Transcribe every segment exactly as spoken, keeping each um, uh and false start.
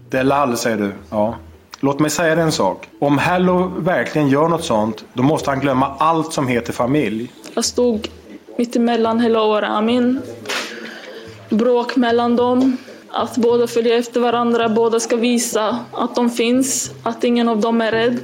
Delal, säger du. Ja. Låt mig säga en sak. Om Hello verkligen gör något sånt, då måste han glömma allt som heter familj. Jag stod mitt emellan Hello och Ramin. Bråk mellan dem. Att båda följer efter varandra. Båda ska visa att de finns. Att ingen av dem är rädd.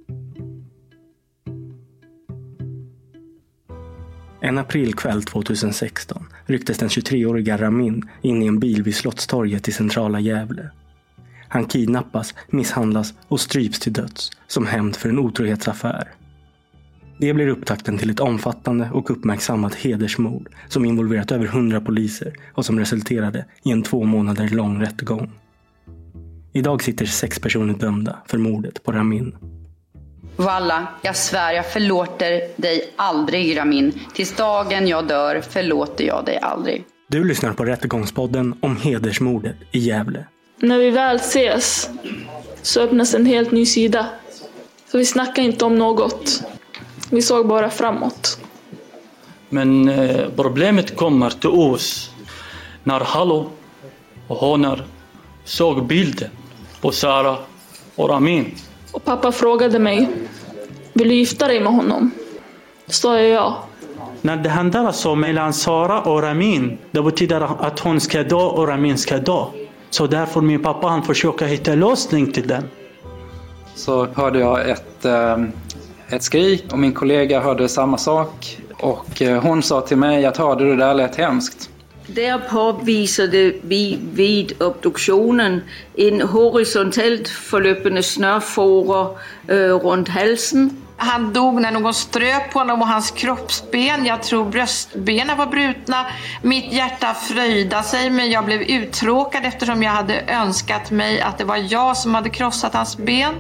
En aprilkväll tjugohundrasexton rycktes den tjugotreåriga Ramin in i en bil vid Slottstorget i centrala Gävle. Han kidnappas, misshandlas och stryps till döds som hämnd för en otrohetsaffär. Det blir upptakten till ett omfattande och uppmärksammat hedersmord som involverat över hundra poliser och som resulterade i en två månader lång rättegång. Idag sitter sex personer dömda för mordet på Ramin. Walla, jag svär jag förlåter dig aldrig, Ramin. Tills dagen jag dör förlåter jag dig aldrig. Du lyssnar på Rättegångspodden om hedersmordet i Gävle. När vi väl ses så öppnas en helt ny sida. Så vi snackar inte om något. Vi såg bara framåt. Men eh, problemet kommer till oss när Hello och Honor såg bilden på Sara och Ramin. Och pappa frågade mig, vill du gifta dig med honom? Så jag ja. När det händer så mellan Sara och Ramin, det betyder att hon ska dö och Ramin ska dö. Så därför min pappa han försöker hitta lösning till den. Så hörde jag ett, ett skrik och min kollega hörde samma sak. Och hon sa till mig att hörde det där lät hemskt. Där påvisade vi vid obduktionen en horisontellt förlöpande snörfåra eh, runt halsen. Han dog när någon ströp på honom och hans kroppsben, jag tror bröstbenen var brutna. Mitt hjärta fröjda sig, men jag blev uttråkad eftersom jag hade önskat mig att det var jag som hade krossat hans ben.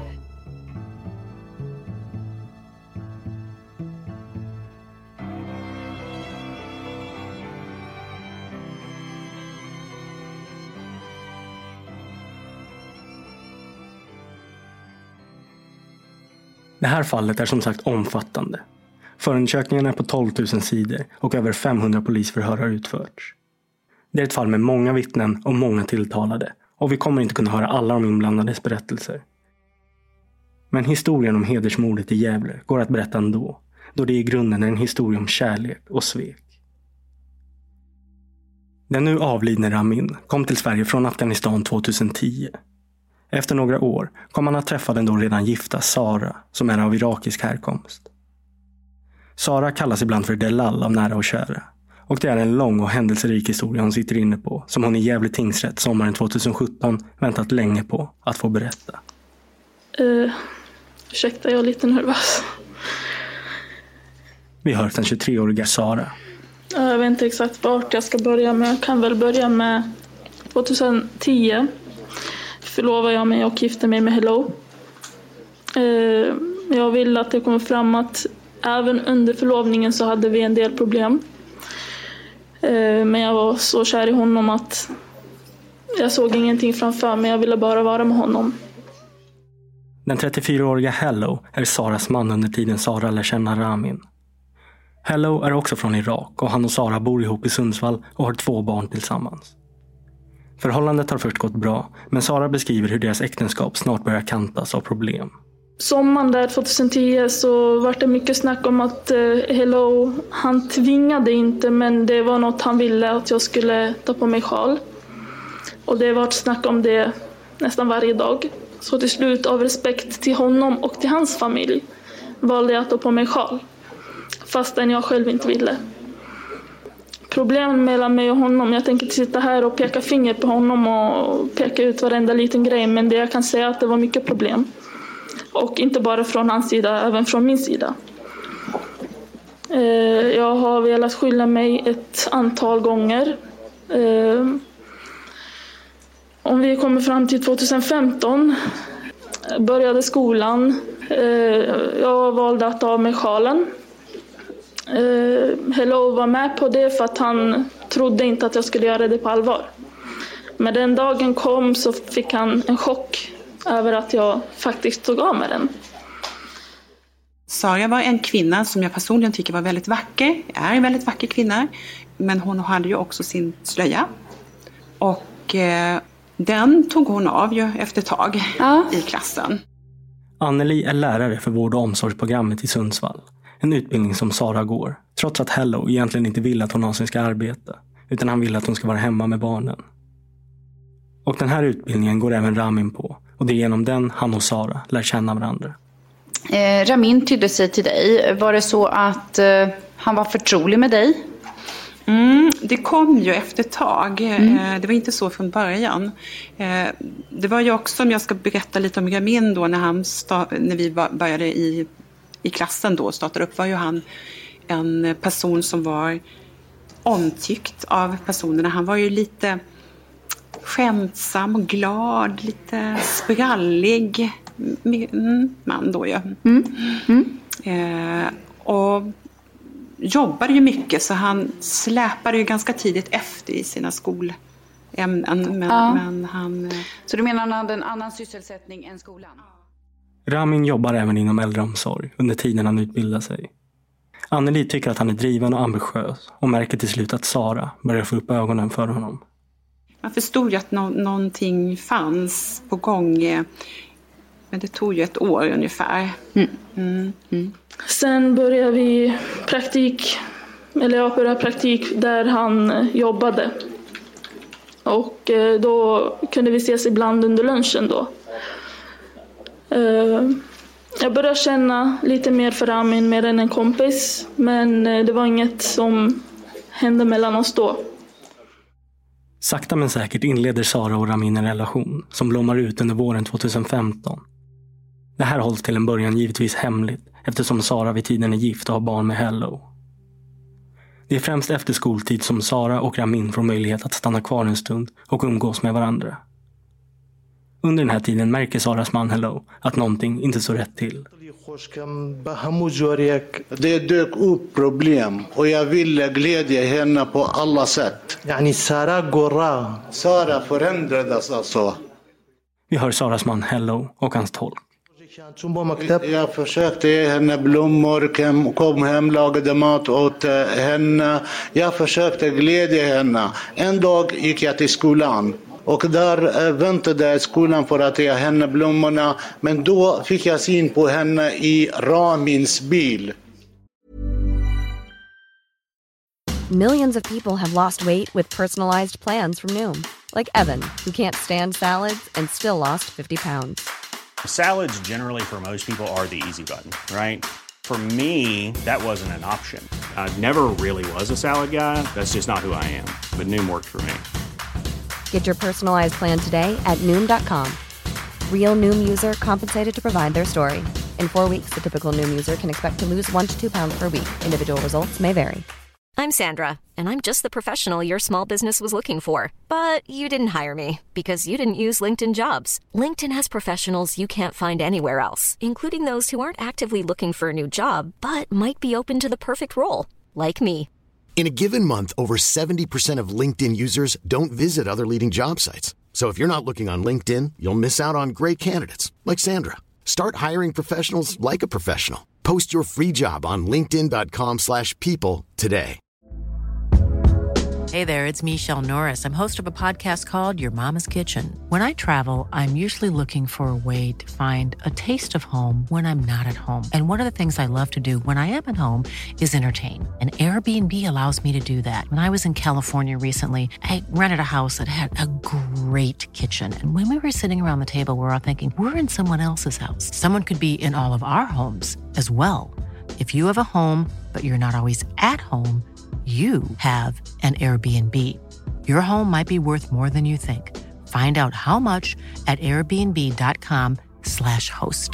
Det här fallet är som sagt omfattande. Förundersökningen är på tolv tusen sidor och över femhundra polisförhör har utförts. Det är ett fall med många vittnen och många tilltalade och vi kommer inte kunna höra alla de inblandades berättelser. Men historien om hedersmordet i Gävle går att berätta ändå, då det i grunden är en historia om kärlek och svek. Den nu avlidne Ramin kom till Sverige från Afghanistan tjugohundratio. Efter några år kom han att träffa den då redan gifta Sara, som är av irakisk härkomst. Sara kallas ibland för Delal av nära och kära. Och det är en lång och händelserik historia hon sitter inne på, som hon i Gävle tingsrätt sommaren tjugosjutton väntat länge på att få berätta. Uh, ursäkta, jag är lite nervös. Vi hör den tjugotreåriga Sara. Jag vet inte exakt vart jag ska börja, men jag kan väl börja med tjugohundratio. Förlovade jag mig och gifte mig med Hello. Eh, jag vill att det kommer fram att även under förlovningen så hade vi en del problem. Eh, men jag var så kär i honom att jag såg ingenting framför mig. Jag ville bara vara med honom. Den trettiofyraåriga Hello är Saras man under tiden Sara lär känna Ramin. Hello är också från Irak och han och Sara bor ihop i Sundsvall och har två barn tillsammans. Förhållandet har först gått bra, men Sara beskriver hur deras äktenskap snart börjar kantas av problem. Sommaren där tjugohundratio så var det mycket snack om att eh, Hello, han tvingade inte, men det var något han ville att jag skulle ta på mig sjal. Och det var ett snack om det nästan varje dag. Så till slut, av respekt till honom och till hans familj, valde jag att ta på mig sjal. Fastän jag själv inte ville. Problemen mellan mig och honom, jag tänker inte sitta här och peka finger på honom och peka ut varenda liten grej, men det jag kan säga är att det var mycket problem. Och inte bara från hans sida, även från min sida. Jag har velat skylla mig ett antal gånger. Om vi kommer fram till tjugohundrafemton, började skolan. Jag valde att ta av mig sjalen. Uh, Hello var med på det för att han trodde inte att jag skulle göra det på allvar. Men den dagen kom så fick han en chock över att jag faktiskt tog av med den. Sara var en kvinna som jag personligen tycker var väldigt vacker. Är en väldigt vacker kvinna. Men hon hade ju också sin slöja. Och eh, Den tog hon av ju efter ett tag Ja. i klassen. Anneli är lärare för vård- och omsorgsprogrammet i Sundsvall. En utbildning som Sara går, trots att Hello egentligen inte vill att hon någonsin ska arbeta, utan han vill att hon ska vara hemma med barnen. Och den här utbildningen går även Ramin på, och det är genom den han och Sara lär känna varandra. Eh, Ramin tydde sig till dig. Var det så att eh, han var förtrolig med dig? Mm, det kom ju efter ett tag. Mm. Eh, det var inte så från början. Eh, det var ju också, om jag ska berätta lite om Ramin då, när, han sta- när vi började i, i klassen då, startade upp, var ju han en person som var omtyckt av personerna. Han var ju lite skämtsam och glad, lite sprallig mm, man då ju. Mm. Mm. Eh, och jobbade ju mycket, så han släpade ju ganska tidigt efter i sina skolämnen. Men, Ja. men han... Så du menar han hade en annan sysselsättning än skolan? Ramin jobbar även inom äldreomsorg under tiden han utbildar sig. Anneli tycker att han är driven och ambitiös och märker till slut att Sara börjar få upp ögonen för honom. Man förstod ju att no- någonting fanns på gång, eh, men det tog ju ett år ungefär. Mm. Mm. Mm. Sen började vi praktik, eller jag började praktik där han jobbade. Och eh, då kunde vi ses ibland under lunchen då. Eh, Jag började känna lite mer för Ramin, mer än en kompis. Men eh, det var inget som hände mellan oss då. Sakta men säkert inleder Sara och Ramin en relation som blommar ut under våren tjugohundrafemton. Det här hålls till en början givetvis hemligt eftersom Sara vid tiden är gift och har barn med Hello. Det är främst efter skoltid som Sara och Ramin får möjlighet att stanna kvar en stund och umgås med varandra. Under den här tiden märker Saras man Hello att någonting inte står rätt till. Det dök upp problem och jag ville glädja henne på alla sätt. Sara förändrades alltså. Vi hör Saras man Hello och hans tolk. Jag försökte ge henne blommor, kom, kom hem, lagade mat åt henne. Jag försökte glädja henne. En dag gick jag till skolan. Och där väntade jag i skolan för att ge henne blommorna. Men då fick jag syn på henne i Ramins bil. Millions of people have lost weight with personalized plans from Noom. Like Evan, who can't stand salads and still lost fifty pounds. Salads generally for most people are the easy button, right? For me, that wasn't an option. I never really was a salad guy. That's just not who I am. But Noom worked for me. Get your personalized plan today at Noom dot com. Real Noom user compensated to provide their story. In four weeks, the typical Noom user can expect to lose one to two pounds per week. Individual results may vary. I'm Sandra, and I'm just the professional your small business was looking for. But you didn't hire me because you didn't use LinkedIn Jobs. LinkedIn has professionals you can't find anywhere else, including those who aren't actively looking for a new job, but might be open to the perfect role, like me. In a given month, over seventy percent of LinkedIn users don't visit other leading job sites. So if you're not looking on LinkedIn, you'll miss out on great candidates like Sandra. Start hiring professionals like a professional. Post your free job on linkedin dot com slash people today. Hey there, it's Michelle Norris. I'm host of a podcast called Your Mama's Kitchen. When I travel, I'm usually looking for a way to find a taste of home when I'm not at home. And one of the things I love to do when I am at home is entertain. And Airbnb allows me to do that. When I was in California recently, I rented a house that had a great kitchen. And when we were sitting around the table, we were all thinking, we're in someone else's house. Someone could be in all of our homes as well. If you have a home, but you're not always at home, you have an Airbnb. Your home might be worth more than you think. Find out how much at airbnb dot com slash host.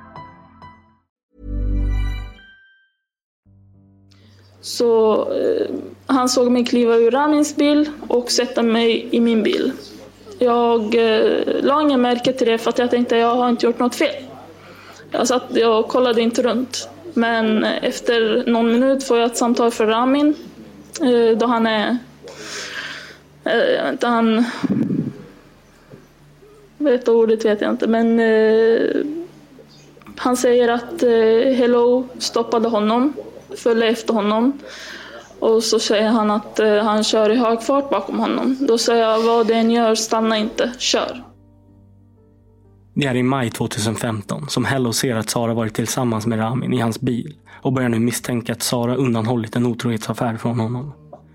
Så eh, han såg mig kliva ur Ramins bil och sätta mig i min bil. Jag eh, la ingen märke till det för att jag tänkte jag har inte gjort något fel. Jag satt jag kollade inte runt. Men efter någon minut får jag ett samtal från Ramin. Eh, då han är... Eh, jag vet inte, han... Vet ordet vet jag inte. Men eh, han säger att eh, Hello stoppade honom. Följde efter honom. Och så säger han att eh, han kör i hög fart bakom honom. Då säger jag, vad det än gör, stanna inte, kör. Det är i maj tjugohundrafemton som Hello ser att Sara varit tillsammans med Ramin i hans bil och börjar nu misstänka att Sara undanhållit en otrohetsaffär från honom.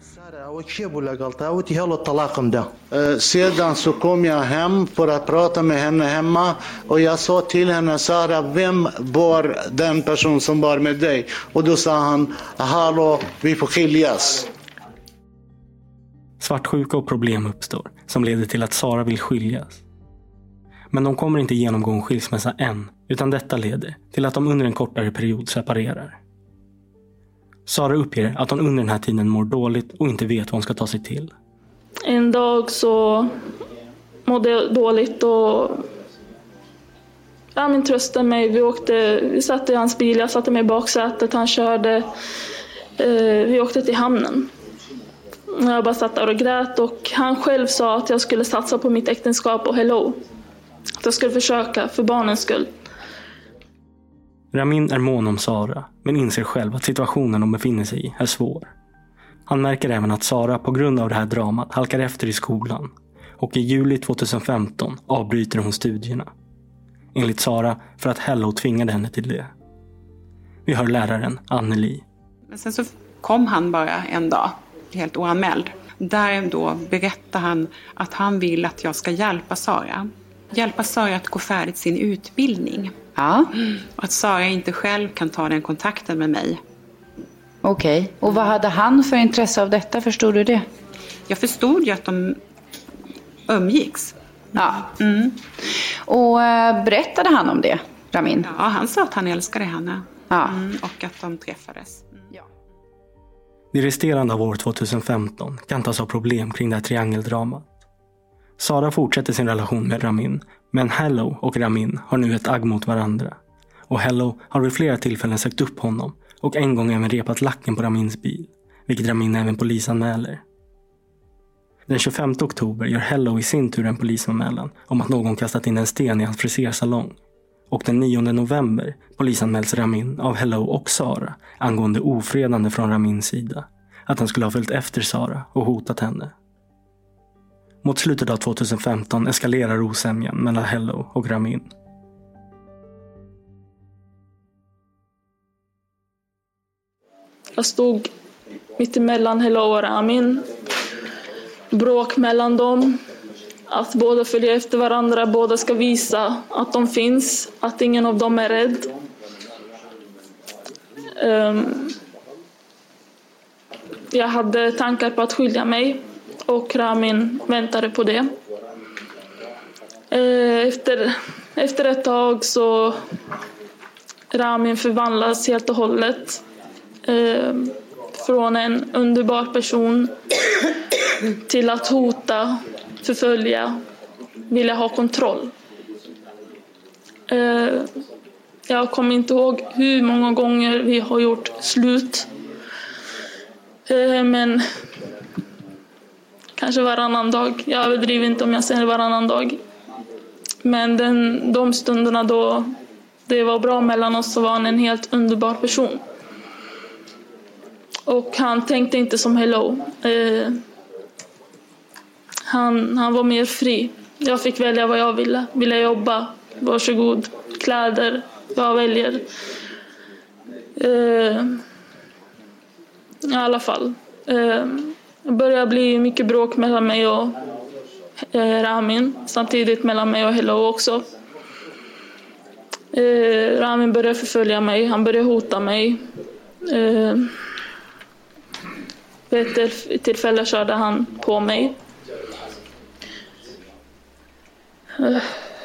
Sedan så kom jag hem för att prata med henne hemma och jag sa till henne, Sara, vem var den person som var med dig? Och då sa han, hallå, vi får skiljas. Svartsjuka och problem uppstår som leder till att Sara vill skiljas. Men de kommer inte genomgå en skilsmässa än, utan detta leder till att de under en kortare period separerar. Sara uppger att hon under den här tiden mår dåligt och inte vet vad hon ska ta sig till. En dag så mådde jag dåligt och Ramin tröstade mig. Vi, åkte, vi satt i hans bil, jag satte mig i baksätet, han körde. Eh, vi åkte till hamnen. Jag bara satt där och grät och han själv sa att jag skulle satsa på mitt äktenskap och Hello. Att jag skulle försöka för barnens skull. Ramin är mån om Sara, men inser själv att situationen de befinner sig i är svår. Han märker även att Sara på grund av det här dramat halkar efter i skolan. Och i juli tjugohundrafemton avbryter hon studierna. Enligt Sara för att Hello tvingade henne till det. Vi hör läraren Anneli. Men sen så kom han bara en dag, helt oanmäld. Där då berättar han att han vill att jag ska hjälpa Sara. Hjälpa Sara att gå färdigt sin utbildning. Ja. Och att Sara inte själv kan ta den kontakten med mig. Okej. Okay. Och vad hade han för intresse av detta? Förstod du det? Jag förstod ju att de umgicks. Ja. Mm. Och äh, berättade han om det, Ramin? Ja, han sa att han älskade henne. Ja. Mm, och att de träffades. Mm. Ja. Det resterande av år tjugohundrafemton kan tas av problem kring det här triangeldramat. Sara fortsätter sin relation med Ramin, men Hello och Ramin har nu ett agg mot varandra. Och Hello har vid flera tillfällen sökt upp honom och en gång även repat lacken på Ramins bil, vilket Ramin även polisanmäler. Den tjugofemte oktober gör Hello i sin tur en polisanmälan om att någon kastat in en sten i hans frisersalong. Och den nionde november polisanmäls Ramin av Hello och Sara angående ofredande från Ramins sida, att han skulle ha följt efter Sara och hotat henne. Mot slutet av tjugohundrafemton eskalerar osämjan mellan Hello och Ramin. Jag stod mitt emellan Hello och Ramin. Bråk mellan dem. Att båda följer efter varandra. Båda ska visa att de finns. Att ingen av dem är rädd. Um, jag hade tankar på att skilja mig. Och Ramin väntade på det. Efter, efter ett tag så Ramin förvandlas helt och hållet. Från en underbar person till att hota, förfölja, vilja ha kontroll. Jag kommer inte ihåg hur många gånger vi har gjort slut. Men kanske varannan dag. Jag överdriver inte om jag säger varannan dag. Men den, de stunderna då det var bra mellan oss så var han en helt underbar person. Och han tänkte inte som Hello. Eh, han, han var mer fri. Jag fick välja vad jag ville. Ville jag jobba? Varsågod. Kläder. Jag väljer. Eh, I alla fall. Eh, det började bli mycket bråk mellan mig och eh, Ramin. Samtidigt mellan mig och Hello också. Eh, Ramin började förfölja mig. Han började hota mig. Eh, vid ett tillfälle körde han på mig. Eh.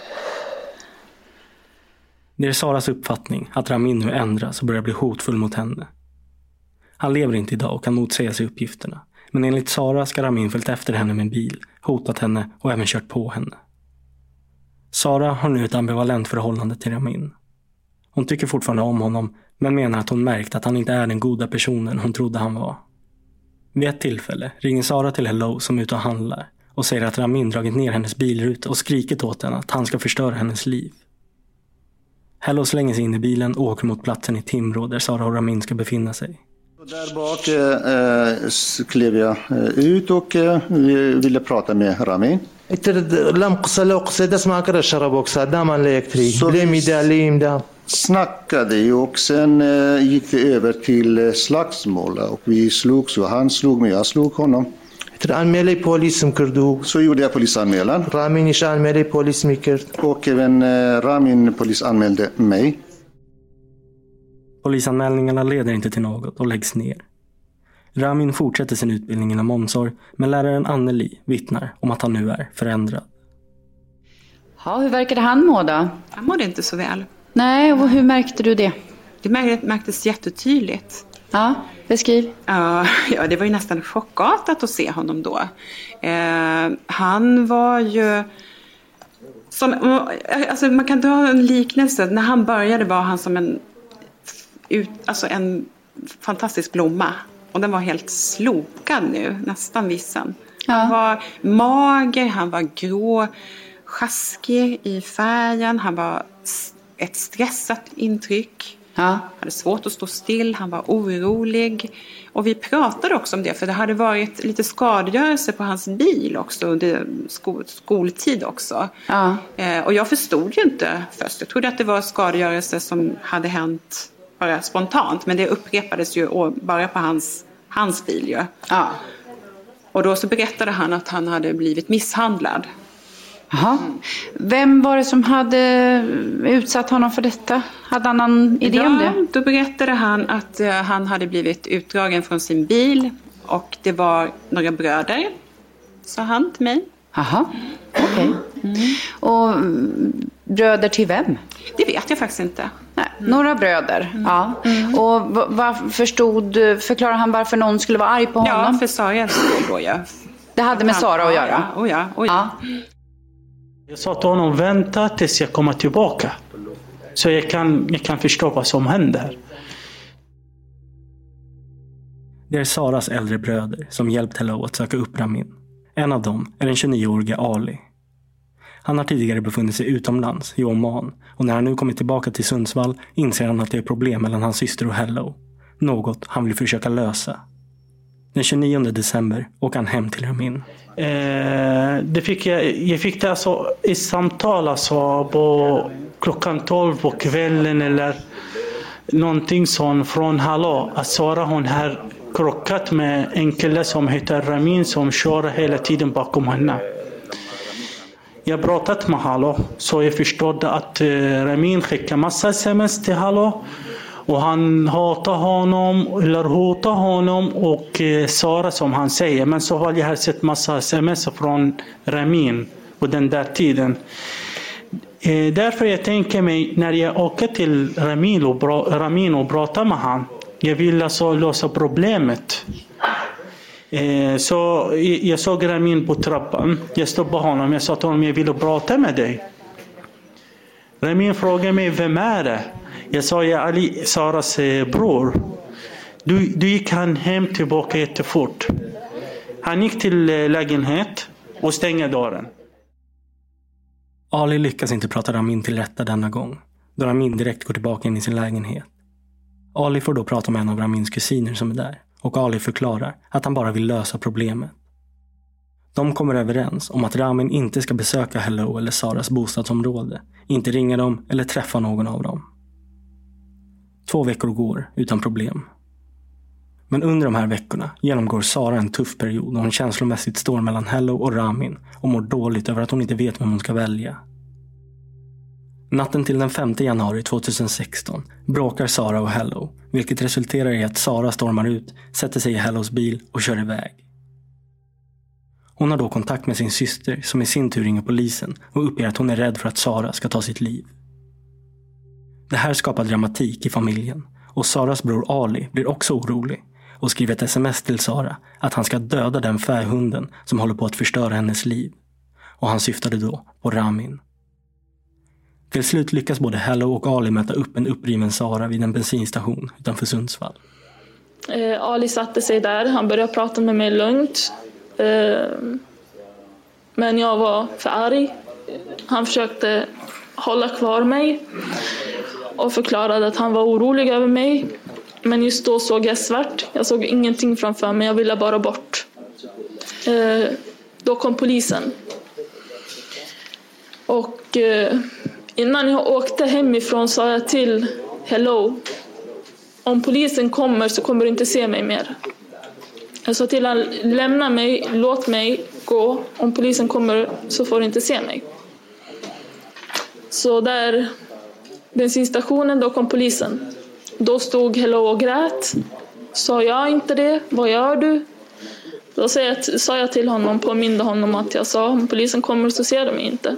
Det är Saras uppfattning att Ramin nu ändras och börjar bli hotfull mot henne. Han lever inte idag och kan motsäga sig uppgifterna. Men enligt Sara ska Ramin följt efter henne med en bil, hotat henne och även kört på henne. Sara har nu ett ambivalent förhållande till Ramin. Hon tycker fortfarande om honom, men menar att hon märkt att han inte är den goda personen hon trodde han var. Vid ett tillfälle ringer Sara till Hello som är ute och handlar och säger att Ramin dragit ner hennes bilruta och skrikit åt henne att han ska förstöra hennes liv. Hello slänger sig in i bilen och åker mot platsen i Timrå där Sara och Ramin ska befinna sig. Där bak eh, klev jag ut och eh, ville prata med Ramin. Så snackade och sen eh, gick det över till slagsmål och vi slogs och han slog mig, jag slog honom. Så gjorde jag polisanmälan. Och även eh, Ramin polisanmälde mig. Polisanmälningarna leder inte till något och läggs ner. Ramin fortsätter sin utbildning inom omsorg, men läraren Anneli vittnar om att han nu är förändrad. Ja, hur verkade han må då? Han mådde inte så väl. Nej, och hur märkte du det? Det märktes jättetydligt. Ja, beskriv. Uh, ja, det var ju nästan chockartat att se honom då. Uh, han var ju... Som, alltså man kan dra en liknelse. När han började var han som en, ut, alltså en fantastisk blomma. Och den var helt slokad nu, nästan vissen. Ja. Han var mager, han var grå, sjaskig i färgen. Han var ett stressat intryck. Ja. Han hade svårt att stå still, han var orolig. Och vi pratade också om det, för det hade varit lite skadegörelse på hans bil också under skol- skoltid också. Ja. Eh, och jag förstod ju inte först. Jag trodde att det var skadegörelse som hade hänt bara spontant. Men det upprepades ju bara på hans, hans bil ju. Ja. Och då så berättade han att han hade blivit misshandlad. Jaha. Vem var det som hade utsatt honom för detta? Hade han någon idé ja, om det? Då berättade han att uh, han hade blivit utdragen från sin bil. Och det var några bröder, sa han till mig. Jaha, okej. Okay. Mm. Och bröder till vem? Det vet jag faktiskt inte. Nej, några bröder, mm. ja. Mm. Och vad förstod, förklarade han varför någon skulle vara arg på honom? Ja, för Sara då, ja. Det hade med Sara att göra? Ja, oh ja, oh ja. ja. Jag sa till honom, vänta tills jag kommer tillbaka. Så jag kan, jag kan förstå vad som händer. Det är Saras äldre bröder som hjälpt Hello att söka upp Ramin. En av dem är den tjugonioåriga Ali. Han har tidigare befunnit sig utomlands i Oman, och när han nu kommit tillbaka till Sundsvall inser han att det är problem mellan hans syster och Hello. Något han vill försöka lösa. Den tjugonionde december åker han hem till Ramin. Eh, det fick jag, jag fick det alltså i samtal alltså på klockan tolv på kvällen eller någonting sånt från Hallå. Att Sara hon har krockat med en kille som heter Ramin som kör hela tiden bakom henne. Jag pratat med Hallå så jag förstod att Ramin skickar massa sms till Hallå. Och han hatar honom eller hotar honom och eh, Sara som han säger. Men så har jag sett massa sms från Ramin på den där tiden. Eh, därför jag tänker mig när jag åker till Ramin och, bra, Ramin och pratar med han. Jag vill alltså lösa problemet. Eh, så jag, jag såg Ramin på trappan. Jag stod på honom. Jag sa till honom jag vill prata med dig. Ramin frågade mig vem är det? Jag sa jag Ali, Saras bror. Du, du gick han hem tillbaka jättefort. Han gick till lägenhet och stängde dörren. Ali lyckas inte prata Ramin till rätta denna gång, då Ramin direkt går tillbaka in i sin lägenhet. Ali får då prata med en av Ramins kusiner som är där, och Ali förklarar att han bara vill lösa problemet. De kommer överens om att Ramin inte ska besöka Hello eller Saras bostadsområde, inte ringa dem eller träffa någon av dem. Två veckor går utan problem. Men under de här veckorna genomgår Sara en tuff period och hon känslomässigt står mellan Hello och Ramin och mår dåligt över att hon inte vet vem hon ska välja. Natten till den femte januari tjugohundrasexton bråkar Sara och Hello, vilket resulterar i att Sara stormar ut, sätter sig i Hellos bil och kör iväg. Hon har då kontakt med sin syster som i sin tur ringer polisen och uppger att hon är rädd för att Sara ska ta sitt liv. Det här skapar dramatik i familjen och Saras bror Ali blir också orolig och skriver ett sms till Sara att han ska döda den fähunden som håller på att förstöra hennes liv. Och han syftade då på Ramin. Till slut lyckas både Hello och Ali möta upp en uppriven Sara vid en bensinstation utanför Sundsvall. Eh, Ali satte sig där, han började prata med mig lugnt. Eh, men jag var för arg. Han försökte hålla kvar mig och förklarade att han var orolig över mig. Men just då såg jag svart. Jag såg ingenting framför mig. Jag ville bara bort. Eh, då kom polisen. Och eh, innan jag åkte hemifrån sa jag till Hello. Om polisen kommer så kommer du inte se mig mer. Jag sa till honom, lämna mig, låt mig gå. Om polisen kommer så får du inte se mig. Så där, bensinstationen, då kom polisen. Då stod Hello och grät. Sa jag inte det? Vad gör du? Då sa jag, sa jag till honom, påminde honom att jag sa, om polisen kommer så ser de mig inte.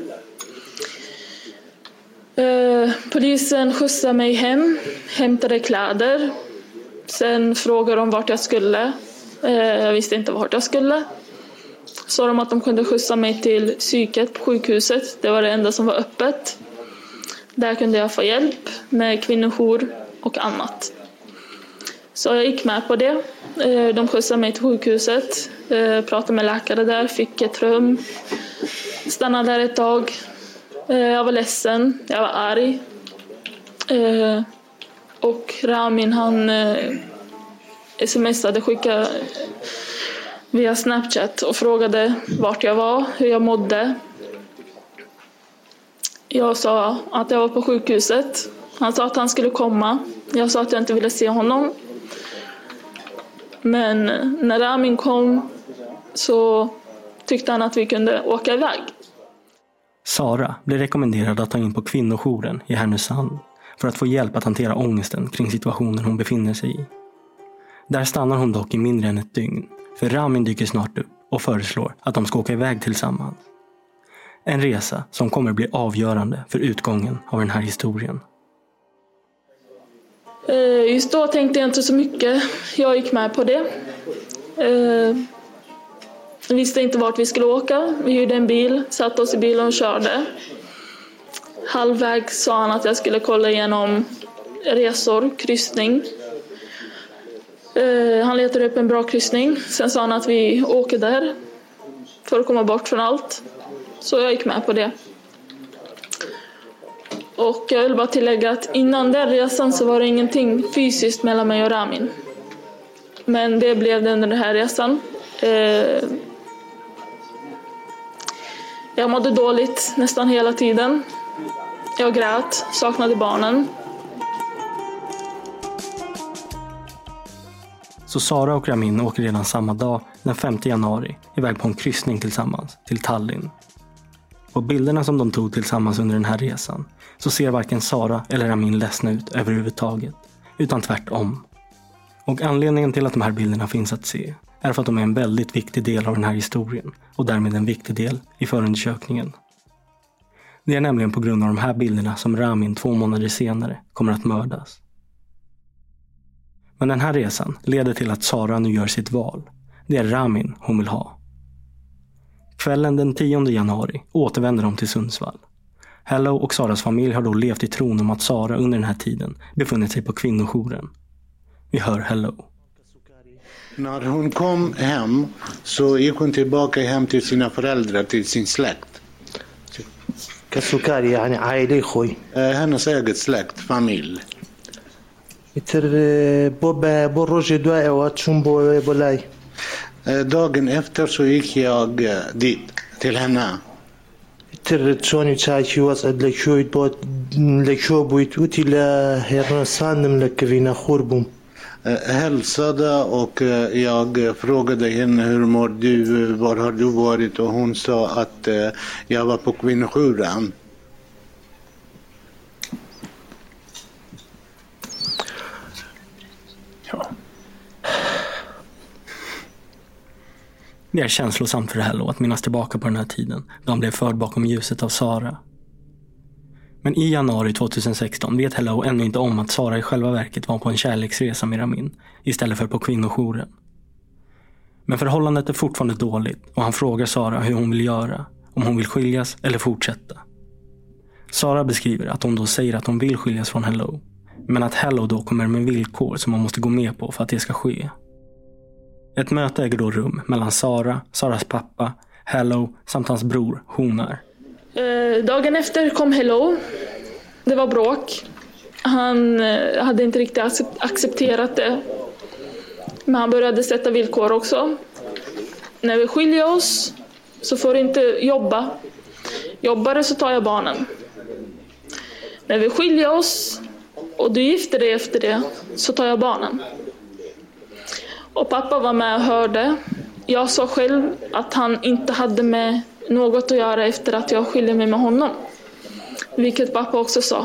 Eh, polisen skjutsade mig hem, hämtade kläder. Sen frågade de vart jag skulle. Eh, jag visste inte vart jag skulle. Sa de att de kunde skjutsa mig till psyket på sjukhuset. Det var det enda som var öppet. Där kunde jag få hjälp med kvinnojour och annat. Så jag gick med på det. De skjutsade mig till sjukhuset. Pratade med läkare där. Fick ett rum. Stannade där ett tag. Jag var ledsen. Jag var arg. Och Ramin han smsade, skickade via Snapchat och frågade vart jag var, hur jag mådde. Jag sa att jag var på sjukhuset. Han sa att han skulle komma. Jag sa att jag inte ville se honom. Men när Ramin kom så tyckte han att vi kunde åka iväg. Sara blev rekommenderad att ta in på kvinnojouren i Härnösand för att få hjälp att hantera ångesten kring situationen hon befinner sig i. Där stannar hon dock i mindre än ett dygn, för Ramin dyker snart upp och föreslår att de ska åka iväg tillsammans. En resa som kommer bli avgörande för utgången av den här historien. Just då tänkte jag inte så mycket. Jag gick med på det. Jag visste inte vart vi skulle åka. Vi hyrde en bil, satte oss i bilen och körde. Halvvägs sa han att jag skulle kolla igenom resor, kryssning. Han letade upp en bra kryssning. Sen sa han att vi åker där för att komma bort från allt. Så jag gick med på det. Och jag vill bara tillägga att innan den resan så var det ingenting fysiskt mellan mig och Ramin. Men det blev det under den här resan. Jag mådde dåligt nästan hela tiden. Jag grät, saknade barnen. Så Sara och Ramin åker redan samma dag, den femte januari, iväg på en kryssning tillsammans till Tallinn. På bilderna som de tog tillsammans under den här resan så ser varken Sara eller Ramin ledsna ut överhuvudtaget, utan tvärtom. Och anledningen till att de här bilderna finns att se är för att de är en väldigt viktig del av den här historien och därmed en viktig del i förundersökningen. Det är nämligen på grund av de här bilderna som Ramin två månader senare kommer att mördas. Men den här resan leder till att Sara nu gör sitt val. Det är Ramin hon vill ha. Kvällen den tionde januari återvänder de till Sundsvall. Hello och Saras familj har då levt i tron om att Sara under den här tiden befunnit sig på kvinnojouren. Vi hör Hello. När hon kom hem så gick hon tillbaka hem till sina föräldrar, till sin släkt. كسكري يعني عائلة خوي. Hennes eget släkt, familj. يتر بوبا بروج دواء واتشون بو بولاي. Dagen efter så gick jag dit till henne. يتر تشوني تشاكي واسد لكشوي بوت لكشو بويتوتي لا هرنسان ملك فينا خوربوم. Hälsade och jag frågade henne hur mår du, var har du varit, och hon sa att jag var på kvinnojouren. Ja. Det är känslosamt för Hello att minnas tillbaka på den här tiden då han blev förd bakom ljuset av Sara. Men i januari tjugohundrasexton vet Hello ännu inte om att Sara i själva verket var på en kärleksresa med Ramin istället för på kvinnojouren. Men förhållandet är fortfarande dåligt och han frågar Sara hur hon vill göra, om hon vill skiljas eller fortsätta. Sara beskriver att hon då säger att hon vill skiljas från Hello, men att Hello då kommer med villkor som hon måste gå med på för att det ska ske. Ett möte äger då rum mellan Sara, Saras pappa, Hello samt hans bror Honar. Eh, dagen efter kom Hello. Det var bråk. Han eh, hade inte riktigt accep- accepterat det. Men han började sätta villkor också. När vi skiljer oss så får du inte jobba. Jobbar du så tar jag barnen. När vi skiljer oss och du gifter dig efter det så tar jag barnen. Och pappa var med och hörde. Jag sa själv att han inte hade med något att göra efter att jag skiljer mig med honom. Vilket pappa också sa.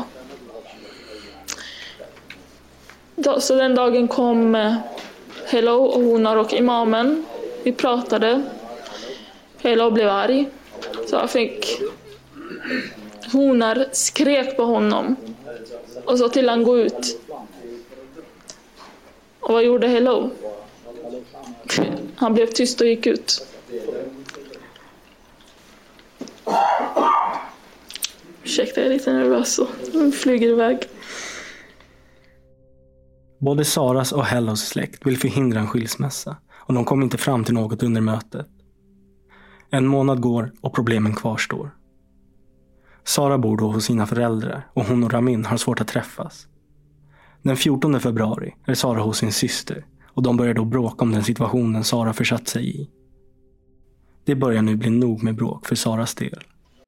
Så den dagen kom Hello och Honar och imamen. Vi pratade. Hello blev arg. Så jag fick... Honar skrek på honom. Och sa till han gå ut. Och vad gjorde Hello? Han blev tyst och gick ut. Ursäkta, jag är lite nervös så den flyger iväg. Både Saras och Hellos släkt vill förhindra en skilsmässa och de kom inte fram till något under mötet. En månad går och problemen kvarstår. Sara bor då hos sina föräldrar och hon och Ramin har svårt att träffas. Den fjortonde februari är Sara hos sin syster och de börjar då bråka om den situationen Sara försatt sig i. Det börjar nu bli nog med bråk för Saras del.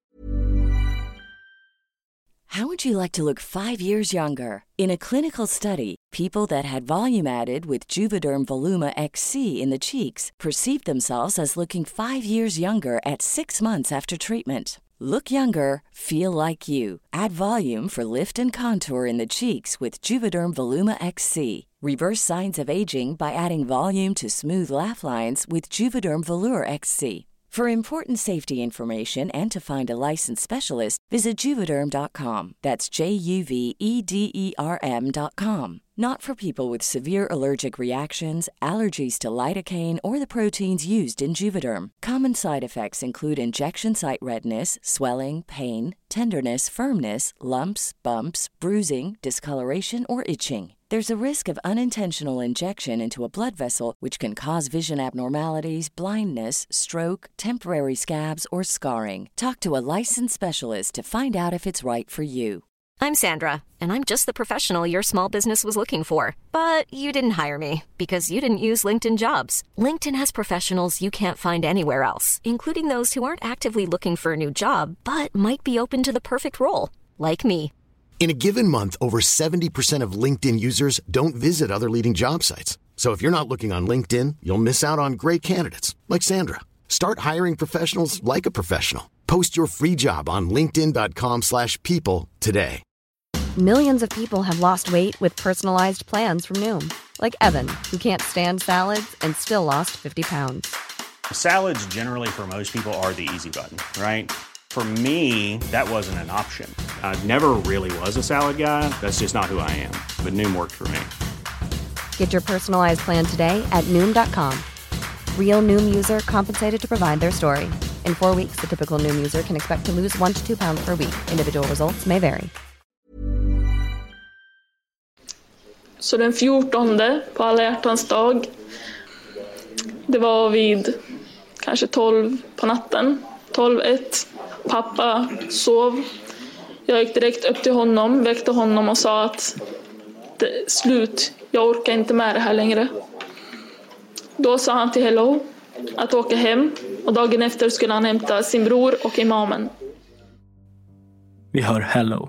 How would you like to look five years younger? In a clinical study, people that had volume added with Juvederm Voluma X C in the cheeks perceived themselves as looking five years younger at six months after treatment. Look younger, feel like you. Add volume for lift and contour in the cheeks with Juvederm Voluma X C. Reverse signs of aging by adding volume to smooth laugh lines with Juvederm Volure X C. For important safety information and to find a licensed specialist, visit Juvederm dot com. That's J U V E D E R M dot com. Not for people with severe allergic reactions, allergies to lidocaine, or the proteins used in Juvederm. Common side effects include injection site redness, swelling, pain, tenderness, firmness, lumps, bumps, bruising, discoloration, or itching. There's a risk of unintentional injection into a blood vessel, which can cause vision abnormalities, blindness, stroke, temporary scabs, or scarring. Talk to a licensed specialist to find out if it's right for you. I'm Sandra, and I'm just the professional your small business was looking for. But you didn't hire me because you didn't use LinkedIn Jobs. LinkedIn has professionals you can't find anywhere else, including those who aren't actively looking for a new job, but might be open to the perfect role, like me. In a given month, over seventy percent of LinkedIn users don't visit other leading job sites. So if you're not looking on LinkedIn, you'll miss out on great candidates like Sandra. Start hiring professionals like a professional. Post your free job on linkedin dot com slash people today. Millions of people have lost weight with personalized plans from Noom. Like Evan, who can't stand salads and still lost fifty pounds. Salads generally for most people are the easy button, right? For me, that wasn't an option. I never really was a salad guy. That's just not who I am. But Noom worked for me. Get your personalized plan today at Noom dot com. Real Noom user compensated to provide their story. In four weeks, the typical Noom user can expect to lose one to two pounds per week. Individual results may vary. Så den fjortonde på alla hjärtans dag, det var vid kanske tolv på natten, tolv ett. Pappa sov. Jag gick direkt upp till honom, väckte honom och sa att det är slut, jag orkar inte med det här längre. Då sa han till Hello att åka hem och dagen efter skulle han hämta sin bror och imamen. Vi hör Hello.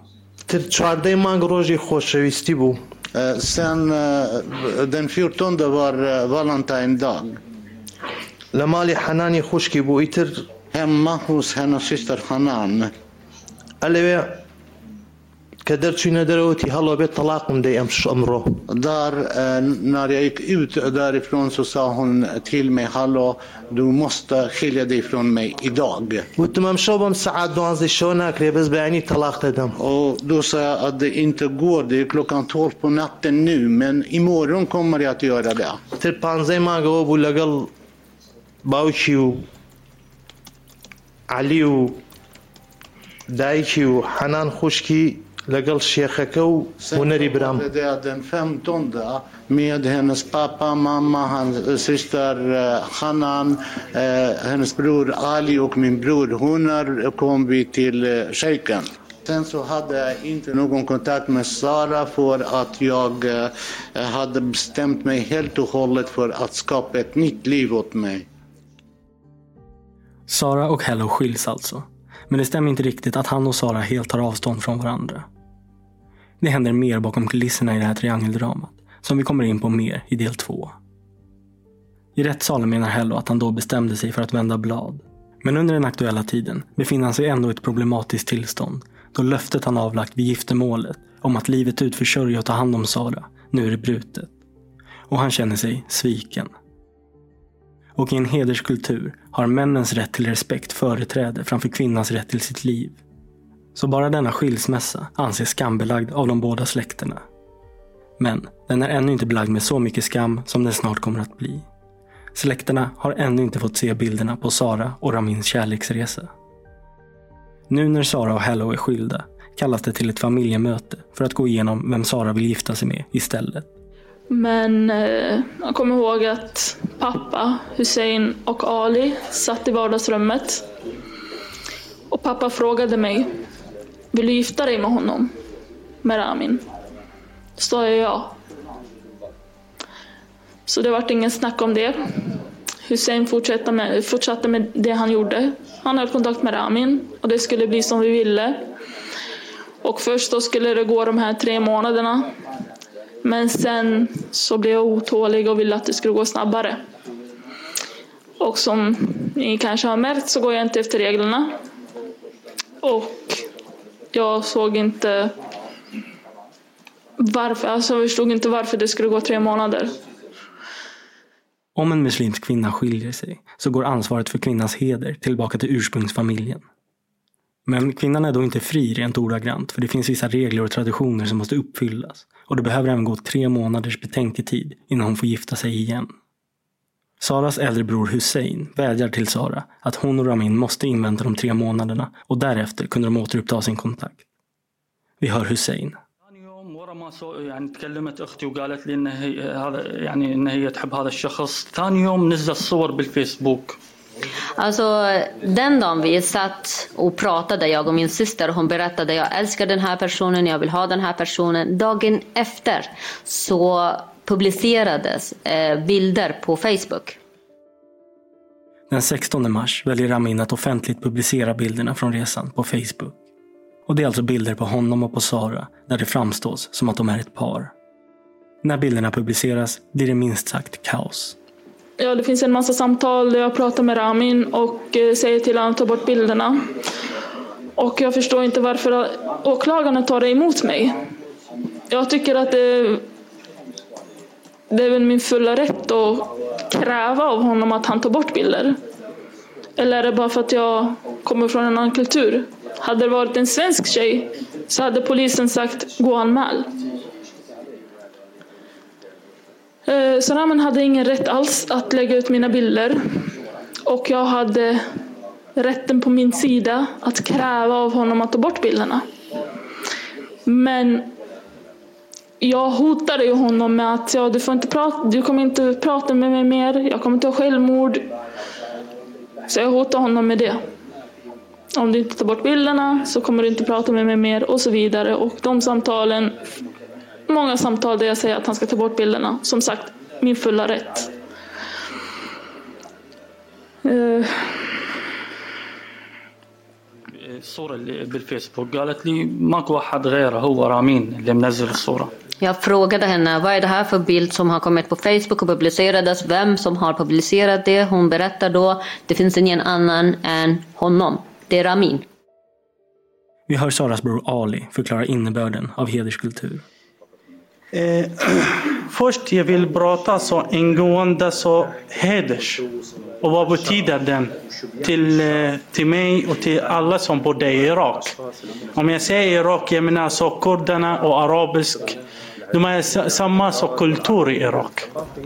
Sen den fjortonde var Valentine-dag. لمالي حناني خوشكي بو إتر hemma hos hennes syster Hanan. قال كدرت شي ندروتي هلا بيت طلاقم دي امش امره. Där när jag gick ut därifrån så sa hon till mig, hallå, du måste skilja dig från mig idag. وتمام شوبم ساعات دوانزي شونك بس بعيني طلاق تدم. Och då sa jag att det inte går, det är klockan tolv på natten nu, men imorgon kommer jag att göra det. till بانزي ما جو بولا قال باوشي علي ودايشي وحنان خوشكي لقل شيخكو ونري برام. Det är den femtonde med hennes pappa, mamma, hans syster Hanan, hennes bror Ali och min bror Hunar kom vi till Shejken. Sen så hade jag inte någon kontakt med Sara för att jag eh, hade bestämt mig helt och hållet för att skapa ett nytt liv åt mig. Sara och Hello skiljs alltså. Men det stämmer inte riktigt att han och Sara helt tar avstånd från varandra. Det händer mer bakom kulisserna i det här triangeldramat, som vi kommer in på mer i del två. I rättssalen menar Hello att han då bestämde sig för att vända blad. Men under den aktuella tiden befinner han sig ändå i ett problematiskt tillstånd, då löftet han avlagt vid giftermålet om att livet ut försörja och ta hand om Sara nu är det brutet. Och han känner sig sviken. Och i en hederskultur har männens rätt till respekt företräde framför kvinnans rätt till sitt liv. Så bara denna skilsmässa anses skambelagd av de båda släkterna. Men den är ännu inte belagd med så mycket skam som den snart kommer att bli. Släkterna har ännu inte fått se bilderna på Sara och Ramins kärleksresa. Nu när Sara och Hello är skilda kallas det till ett familjemöte för att gå igenom vem Sara vill gifta sig med istället. Men eh, jag kommer ihåg att pappa, Hussein och Ali satt i vardagsrummet. Och pappa frågade mig, vill du gifta dig med honom? Med Ramin? Så sa jag ja. Så det var ingen snack om det. Hussein fortsatte med, fortsatte med det han gjorde. Han höll kontakt med Ramin och det skulle bli som vi ville. Och först då skulle det gå de här tre månaderna. Men sen så blev jag otålig och ville att det skulle gå snabbare. Och som ni kanske har märkt så går jag inte efter reglerna. Och jag såg inte varför, alltså jag förstod inte varför det skulle gå tre månader. Om en muslimsk kvinna skiljer sig så går ansvaret för kvinnans heder tillbaka till ursprungsfamiljen. Men kvinnan är då inte fri rent ordagrant, för det finns vissa regler och traditioner som måste uppfyllas. Och det behöver även gå tre månaders betänketid innan hon får gifta sig igen. Saras äldre bror Hussein vädjar till Sara att hon och Ramin måste invänta de tre månaderna och därefter kunde de återuppta sin kontakt. Vi hör Hussein. يعني تكلمت اختي وقالت لي ان هي هذا يعني ان هي تحب هذا الشخص. ثاني يوم نزل الصور بالفيسبوك. Alltså den dagen vi satt och pratade, jag och min syster, hon berättade jag älskar den här personen, jag vill ha den här personen. Dagen efter så publicerades eh, bilder på Facebook. Den sextonde mars väljer Ramin att offentligt publicera bilderna från resan på Facebook. Och det är alltså bilder på honom och på Sara där det framstås som att de är ett par. När bilderna publiceras blir det minst sagt kaos. Ja, det finns en massa samtal där jag pratar med Ramin och eh, säger till honom att ta bort bilderna. Och jag förstår inte varför åklagarna tar det emot mig. Jag tycker att det, det är väl min fulla rätt att kräva av honom att han tar bort bilder. Eller är det bara för att jag kommer från en annan kultur? Hade det varit en svensk tjej så hade polisen sagt gå anmäl. Så Ramin hade ingen rätt alls att lägga ut mina bilder. Och jag hade rätten på min sida att kräva av honom att ta bort bilderna. Men jag hotade ju honom med att ja, du, får inte prata, du kommer inte prata med mig mer. Jag kommer inte ha självmord. Så jag hotade honom med det. Om du inte tar bort bilderna så kommer du inte prata med mig mer och så vidare. Och de samtalen, många samtal där jag säger att han ska ta bort bilderna. Som sagt, min fulla rätt. Uh. الصورة اللي بالفيسبوك قالت لي ماكو واحد غيره هو رامين اللي منزل الصورة. Jag frågade henne vad är det här för bild som har kommit på Facebook och publicerades, vem som har publicerat det. Hon berättar då det finns ingen annan än honom. Det är Ramin. Vi hör Saras bror Ali förklara innebörden av hederskultur. Eh, först jag vill prata så ingående så heders. Och vad betyder den till, till mig och till alla som bor i Irak? Om jag säger Irak, jag menar så kurderna och arabisk. De är samma så kultur i Irak.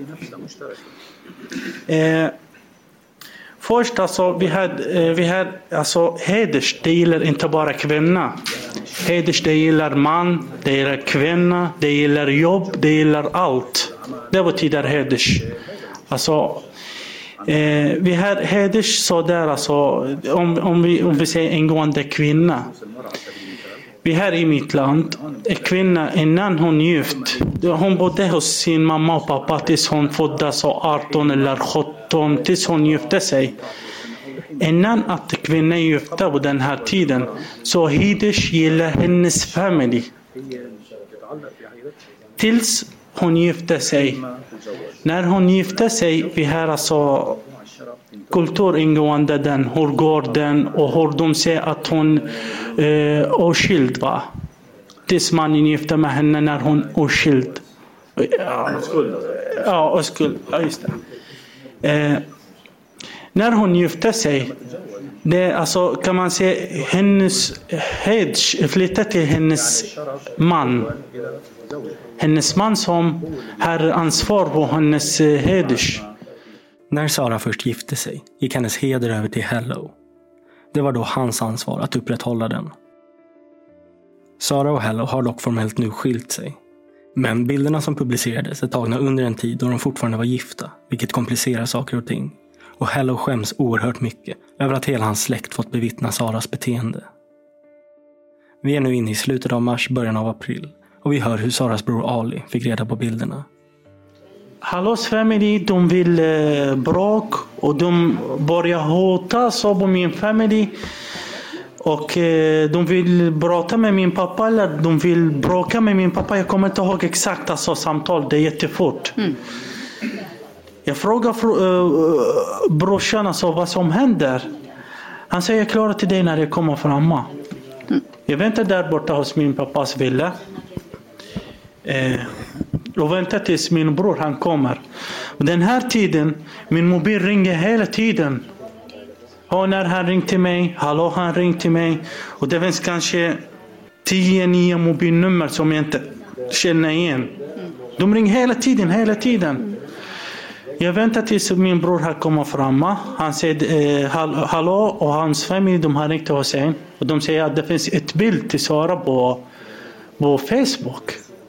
Eh, först alltså vi hade, vi hade alltså heders, det gäller inte bara kvinna. Heders, det gäller man, det gäller kvinna, det gäller jobb, det gäller allt. Det betyder heders. Alltså eh, vi har heders så där alltså om, om, vi, om vi säger ingående kvinna. vi här i mitt land, en kvinna innan hon gift, hon bodde hos sin mamma och pappa tills hon föddes arton eller sjutton, tills hon gifte sig. Innan att kvinnan gifte på den här tiden så Hidish gillar hennes familj. Tills hon gifte sig. När hon gifte sig, vi har alltså kultur ingående den, hur går den och hur de säger att hon är eh, oskild va. Tills man gifte med henne när hon är oskild. Ja, ja, oskuld. Ja, just det. Eh, när hon gifte sig, det alltså kan man säga hennes hedge flyttade till hennes man. Hennes man som har ansvar på hennes heders. När Sara först gifte sig gick hennes heder över till Hello. Det var då hans ansvar att upprätthålla den. Sara och Hello har dock formellt nu skilt sig. Men bilderna som publicerades är tagna under en tid då de fortfarande var gifta, vilket komplicerar saker och ting. Och Hello skäms oerhört mycket över att hela hans släkt fått bevittna Saras beteende. Vi är nu inne i slutet av mars, början av april. Och vi hör hur Saras bror Ali fick reda på bilderna. Hallos familj, de vill eh, bråk och de börjar hota så på min familj. Och eh, de vill prata med min pappa eller de vill bråka med min pappa. Jag kommer inte ihåg exakt alltså, samtal, det är jättefort. Mm. Jag frågar fr- äh, brorsan alltså, vad som händer. Han säger jag klarar till dig när jag kommer framme. Mm. Jag väntar där borta hos min pappas villa. Eh, och väntar tills min bror han kommer. Och den här tiden, min mobil ringer hela tiden. Och när han ringde till mig, hallå han ringde till mig. Och det finns kanske tio nya mobilnummer som jag inte känner igen. De ringer hela tiden, hela tiden. Jag väntar tills min bror har kommit fram. Han säger eh, hallå och hans familj de har ringt till Hussein. Och de säger att det finns ett bild till Sara på, på Facebook.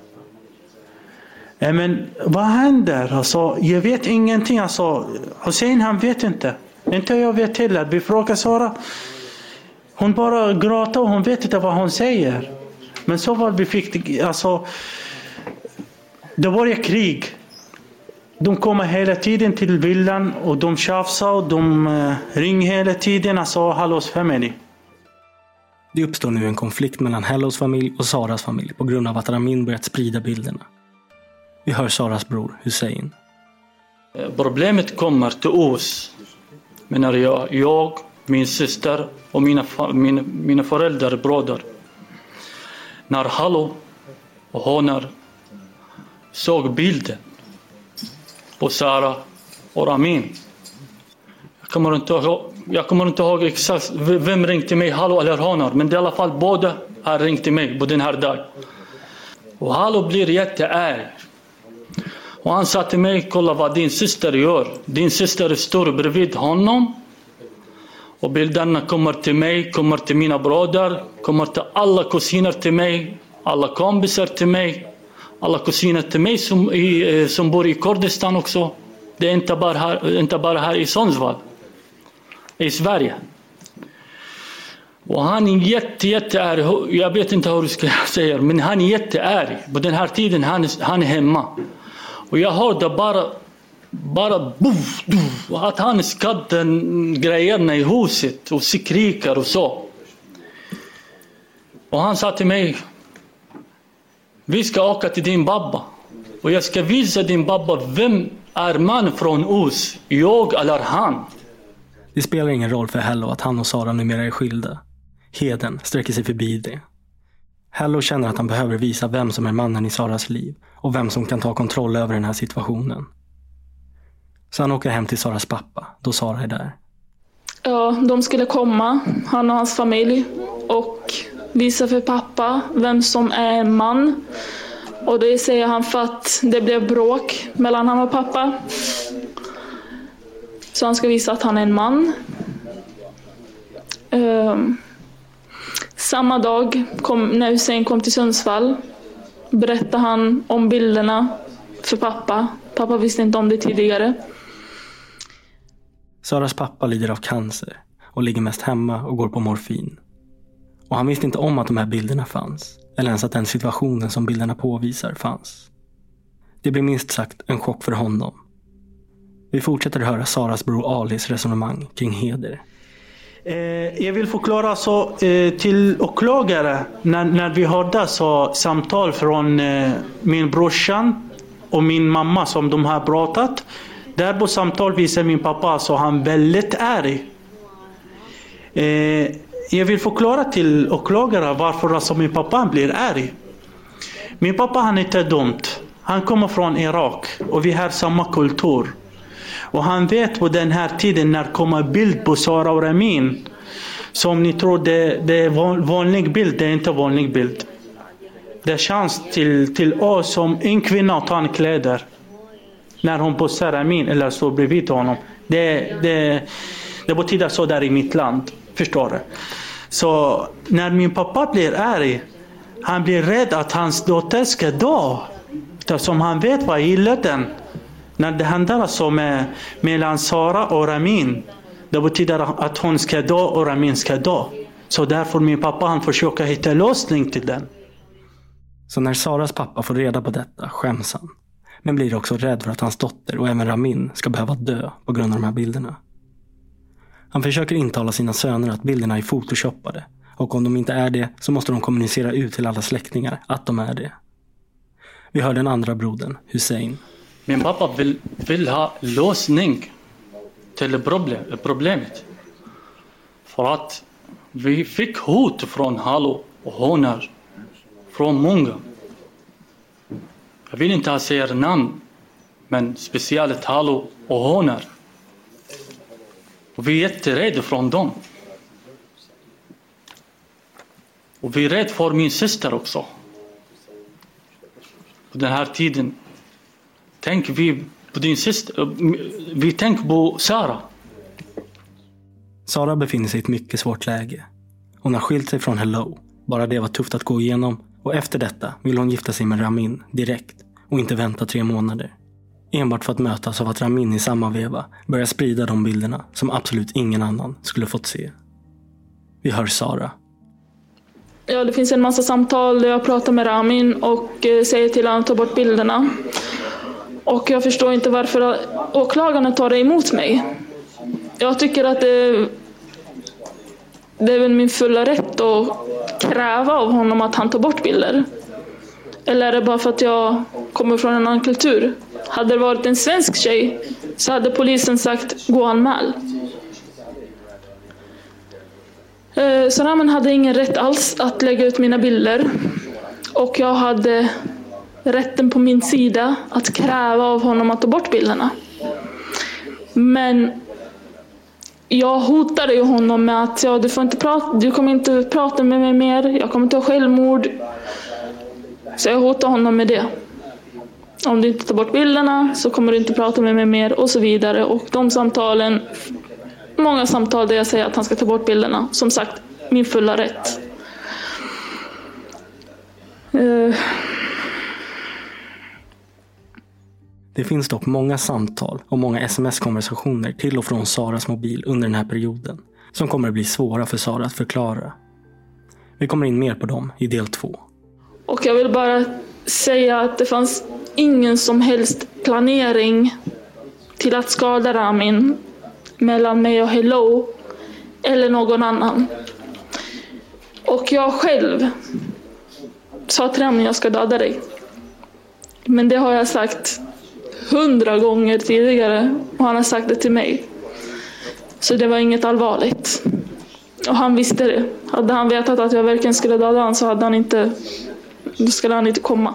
Eh, men vad händer? Alltså, jag vet ingenting. Alltså, Hussein han vet inte. Inte jag vet heller. Vi frågar Sara. Hon bara gråter och hon vet inte vad hon säger. Men så var vi fick alltså, det var ju krig. De kommer hela tiden till villan och de tjafsar och de uh, ringer hela tiden och sa Hallos familj. Det uppstår nu en konflikt mellan Hellos familj och Saras familj på grund av att Ramin börjat sprida bilderna. Vi hör Saras bror Hussein. Problemet kommer till oss. Men när jag, jag min syster och mina, mina, mina föräldrar, bröder. När Hallo och Honar såg bilden på Sara och Ramin. Jag kommer inte ihåg, jag kommer inte ihåg exakt vem ringde mig, Hallo eller Honar. Men i alla fall båda har ringt till mig på den här dagen. Och Hallo blir jätteärg. Och han sa till mig, kolla vad din syster gör. Din syster står bredvid honom. Och bilderna kommer till mig, kommer till mina bröder, kommer till alla kusiner till mig, alla kompisar till mig, alla kusiner till mig som, i, som bor i Kurdistan också. Det är inte bara här, inte bara här i Sundsvall, i Sverige. Och han är jätte, jätteärg. Jag vet inte hur jag ska säga, men han är jätteärg. På den här tiden han, han är hemma. Och jag hörde bara, bara buff, buff, att han skadde grejerna i huset och skriker och så. Och han sa till mig, vi ska åka till din babba. Och jag ska visa din babba vem är man från oss, jag eller han. Det spelar ingen roll för Hello att han och Sara numera är skilda. Heden sträcker sig förbi det. Hello känner att han behöver visa vem som är mannen i Saras liv och vem som kan ta kontroll över den här situationen. Så han åker hem till Saras pappa, då Sara är där. Ja, de skulle komma, han och hans familj, och visa för pappa vem som är man. Och det säger han för att det blev bråk mellan han och pappa. Så han ska visa att han är en man. Um, samma dag kom, när Hussein kom till Sundsvall, berättade han om bilderna för pappa. Pappa visste inte om det tidigare. Saras pappa lider av cancer och ligger mest hemma och går på morfin. Och han visste inte om att de här bilderna fanns. Eller ens att den situationen som bilderna påvisar fanns. Det blev minst sagt en chock för honom. Vi fortsätter höra Saras bror Alis resonemang kring heder. Eh, jag vill förklara så eh, till åklagare när, när vi hörde så samtal från eh, min brorsan och min mamma som de har pratat. Där på samtal visar min pappa så han väldigt arg. Eh, jag vill förklara till åklagare varför alltså min pappa blir arg. Min pappa han är inte dumt. Han kommer från Irak och vi har samma kultur. Och han vet på den här tiden när kommer bild på Sara och Ramin. Som ni tror det, det är vanlig bild, det är inte vanlig bild. Det är chans till, till oss som en kvinna att ta en kläder. När hon bossar Ramin eller står bredvid honom. Det, det, det betyder så där i mitt land, förstår du. Så när min pappa blir arg, han blir rädd att hans dotter ska dö. Som han vet vad gillar den. När det händer alltså med, mellan Sara och Ramin, det betyder att hon ska dö och Ramin ska dö. Så därför min pappa han försöker hitta lösning till den. Så när Saras pappa får reda på detta skäms han. Men blir också rädd för att hans dotter och även Ramin ska behöva dö på grund av de här bilderna. Han försöker intala sina söner att bilderna är photoshoppade. Och om de inte är det så måste de kommunicera ut till alla släktingar att de är det. Vi hör den andra brodern, Hussein. Min pappa vill, vill ha lösning till problem, problemet. För att vi fick hot från Hallå och Honor. Från många. Jag vill inte säga namn. Men speciellt Hallå och Honor. Och vi är jätterädda från dem. Och vi är rädda för min syster också. På den här tiden. Tänk vi på din syster. Vi tänker på Sara. Sara befinner sig i ett mycket svårt läge. Hon har skilt sig från Hello. Bara det var tufft att gå igenom. Och efter detta vill hon gifta sig med Ramin direkt. Och inte vänta tre månader. Enbart för att mötas av att Ramin i samma veva börjar sprida de bilderna som absolut ingen annan skulle fått se. Vi hör Sara. Ja, det finns en massa samtal där jag pratar med Ramin och eh, säger till honom att ta bort bilderna. Och jag förstår inte varför åklagarna tar det emot mig. Jag tycker att det, det är väl min fulla rätt att kräva av honom att han tar bort bilder. Eller är det bara för att jag kommer från en annan kultur? Hade det varit en svensk tjej så hade polisen sagt gå anmäl. Så Ramin hade ingen rätt alls att lägga ut mina bilder. Och jag hade rätten på min sida att kräva av honom att ta bort bilderna. Men jag hotade ju honom med att ja, du, får inte prata, du kommer inte prata med mig mer. Jag kommer inte ha självmord. Så jag hotade honom med det. Om du inte tar bort bilderna så kommer du inte prata med mig mer och så vidare. Och de samtalen, många samtal där jag säger att han ska ta bort bilderna. Som sagt, min fulla rätt. Uh. Det finns dock många samtal och många sms-konversationer till och från Saras mobil under den här perioden som kommer att bli svåra för Sara att förklara. Vi kommer in mer på dem i del två. Och jag vill bara säga att det fanns ingen som helst planering till att skada Ramin mellan mig och Hello eller någon annan. Och jag själv sa till Ramin jag ska döda dig. Men det har jag sagt hundra gånger tidigare och han har sagt det till mig. Så det var inget allvarligt. Och han visste det. Hade han vetat att jag verkligen skulle döda honom så hade han inte, då skulle han inte komma.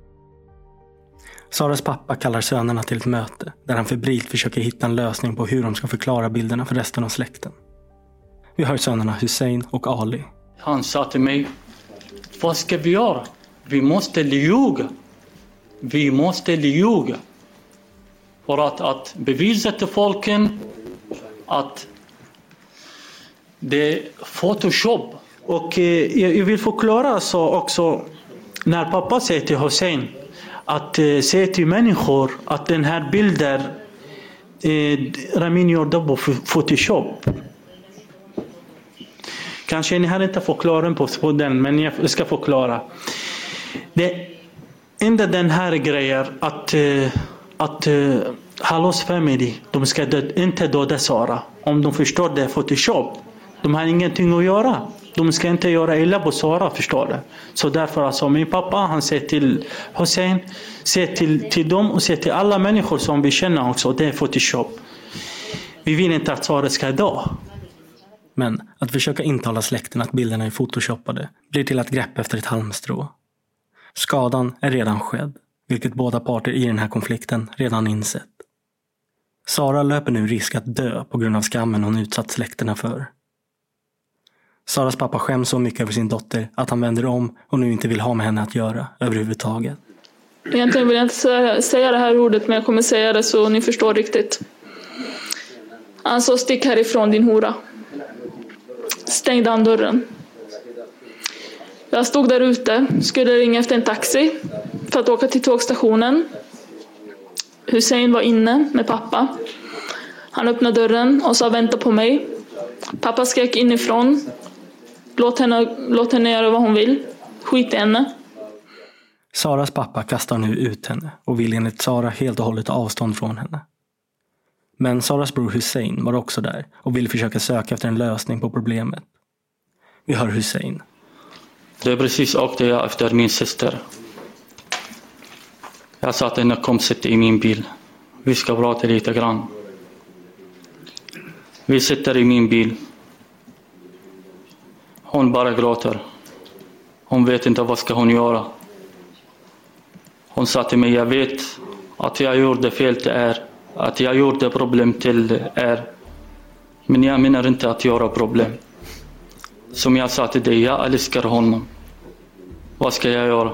Saras pappa kallar sönerna till ett möte där han febrilt försöker hitta en lösning på hur de ska förklara bilderna för resten av släkten. Vi hör sönerna Hussein och Ali. Han sa till mig, vad ska vi göra? Vi måste ljuga. Vi måste ljuga. För att, att bevisa till folken att det är Photoshop. Och eh, jag vill förklara så också när pappa säger till Hussein att eh, säga till människor att den här bilden eh, Ramin gjorde på Photoshop. Kanske ni har inte förklarat på, på den, men jag ska förklara. Det enda den här grejen att, att Hallos familj, de ska död, inte döda Sara. Om de förstår det Photoshop, de har ingenting att göra. De ska inte göra illa på Sara, förstår du. Så därför alltså min pappa, han säger till Hussein, säger till, till dem och säger till alla människor som vi känner också, det är Photoshop. Vi vill inte att Sara ska dö. Men att försöka intala släkten att bilderna är photoshoppade blir till ett grepp efter ett halmstrå. Skadan är redan skedd, vilket båda parter i den här konflikten redan insett. Sara löper nu risk att dö på grund av skammen hon utsatt släkterna för. Saras pappa skäms så mycket över sin dotter att han vänder om och nu inte vill ha med henne att göra överhuvudtaget. Egentligen vill jag inte säga det här ordet, men jag kommer säga det så ni förstår riktigt. Han sa, stick härifrån din hora. Stängde han dörren. Jag stod där ute, skulle ringa efter en taxi för att åka till tågstationen. Hussein var inne med pappa. Han öppnade dörren och sa, vänta på mig. Pappa skrek inifrån. Låt henne, låt henne göra vad hon vill. Skit i henne. Saras pappa kastar nu ut henne och vill enligt Sara helt och hållet ta avstånd från henne. Men Saras bror Hussein var också där och ville försöka söka efter en lösning på problemet. Vi hör Hussein. Det är precis åkte jag efter min syster. Jag sa att henne kom sitta i min bil. Vi ska prata lite grann. Vi sitter i min bil. Hon bara gråter. Hon vet inte vad ska hon göra. Hon sa till mig, jag vet att jag gjorde fel till er. Att jag gjorde problem till er. Men jag menar inte att göra problem. Som jag sa till dig, jag älskar honom. Vad ska jag göra?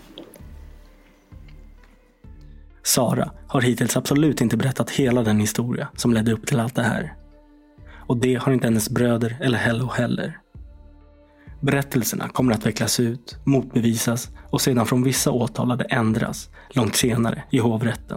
Sara har hittills absolut inte berättat hela den historia som ledde upp till allt det här. Och det har inte hennes bröder eller Hello heller. Berättelserna kommer att vecklas ut, motbevisas och sedan från vissa åtalade ändras långt senare i hovrätten.